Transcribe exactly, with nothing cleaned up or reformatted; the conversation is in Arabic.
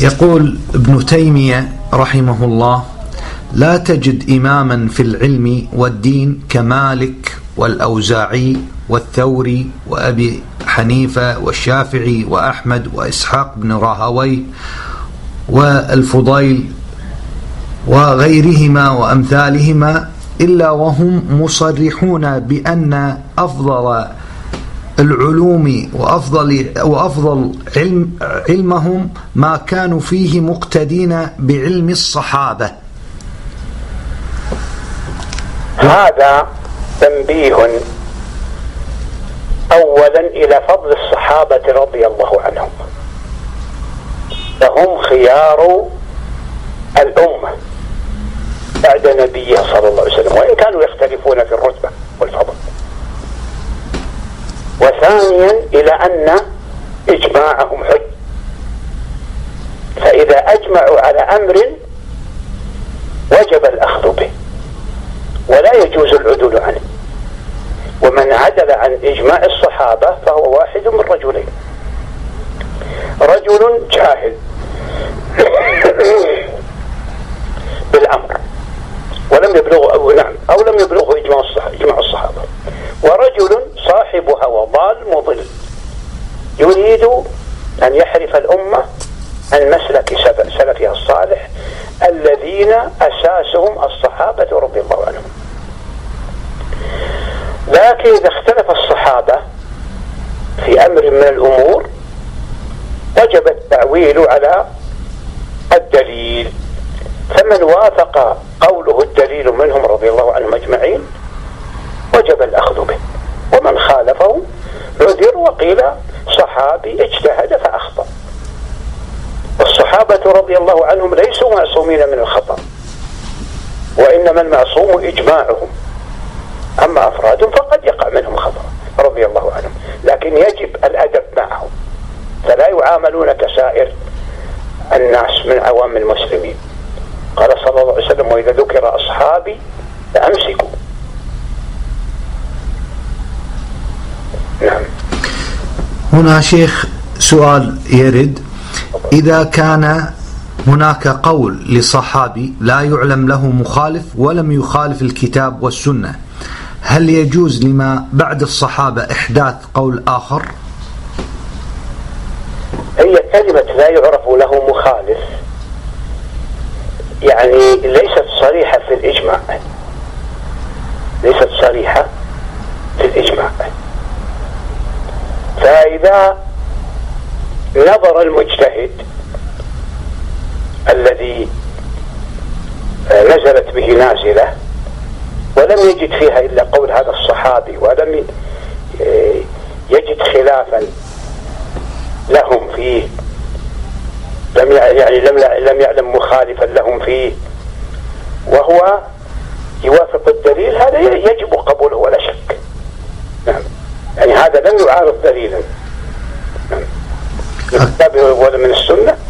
يقول ابن تيمية رحمه الله: لا تجد إماما في العلم والدين كمالك والأوزاعي والثوري وأبي حنيفة والشافعي وأحمد وإسحاق بن راهويه والفضيل وغيرهما وأمثالهما، إلا وهم مصرحون بأن أفضل العلوم وأفضل, وأفضل علم علمهم ما كانوا فيه مقتدين بعلم الصحابة. هذا تنبيه أولا إلى فضل الصحابة رضي الله عنهم، فهم خيار الأمة بعد نبيه صلى الله عليه وسلم، وإن كانوا يختلفون في الرتبة والفضل. وثانيا إلى أن إجماعهم حج، فإذا أجمعوا على أمر وجب الأخذ به ولا يجوز العدول عنه، ومن عدل عن إجماع الصحابة فهو واحد من رجلين: رجل جاهل بالأمر ولم يبلغه أو نعم أو لم يبلغه إجماع الصحابة، ورجل صاحب هوى ضال مضل يريد أن يحرف الأمة عن مسلك سلفها الصالح الذين أساسهم الصحابة رضي الله عنهم. لكن إذا اختلف الصحابة في أمر من الأمور وجب التعويل على الدليل، فمن وافق قوله الدليل منهم رضي الله عنهم أجمعين وجب الأخذ به، ومن خالفه عذر وقيل صحابي اجتهد فأخطأ. والصحابة رضي الله عنهم ليسوا معصومين من الخطأ، وإنما المعصوم إجماعهم، أما أفرادهم فقد يقع منهم خطأ رضي الله عنهم، لكن يجب الأدب معهم، فلا يعاملون كسائر الناس من عوام المسلمين. قال صلى الله عليه وسلم: وإذا ذكر أصحابي فأمسكوا. نعم. هنا شيخ سؤال يرد: إذا كان هناك قول لصحابي لا يعلم له مخالف ولم يخالف الكتاب والسنة، هل يجوز لما بعد الصحابة إحداث قول آخر؟ هي كلمة لا يعرف له مخالف يعني ليست صريحة في الإجماع، ليست صريحة في الإجماع. فإذا نظر المجتهد الذي نزلت به نازلة ولم يجد فيها إلا قول هذا الصحابي، ولم يجد خلافا لهم فيه، لم يعني لم لم يعلم مخالفا لهم فيه، وهو يوافق الدليل، هذا يجب قبوله ولا شك. نعم، يعني هذا لم يعارض دليلا من الكتاب ولا من السنة،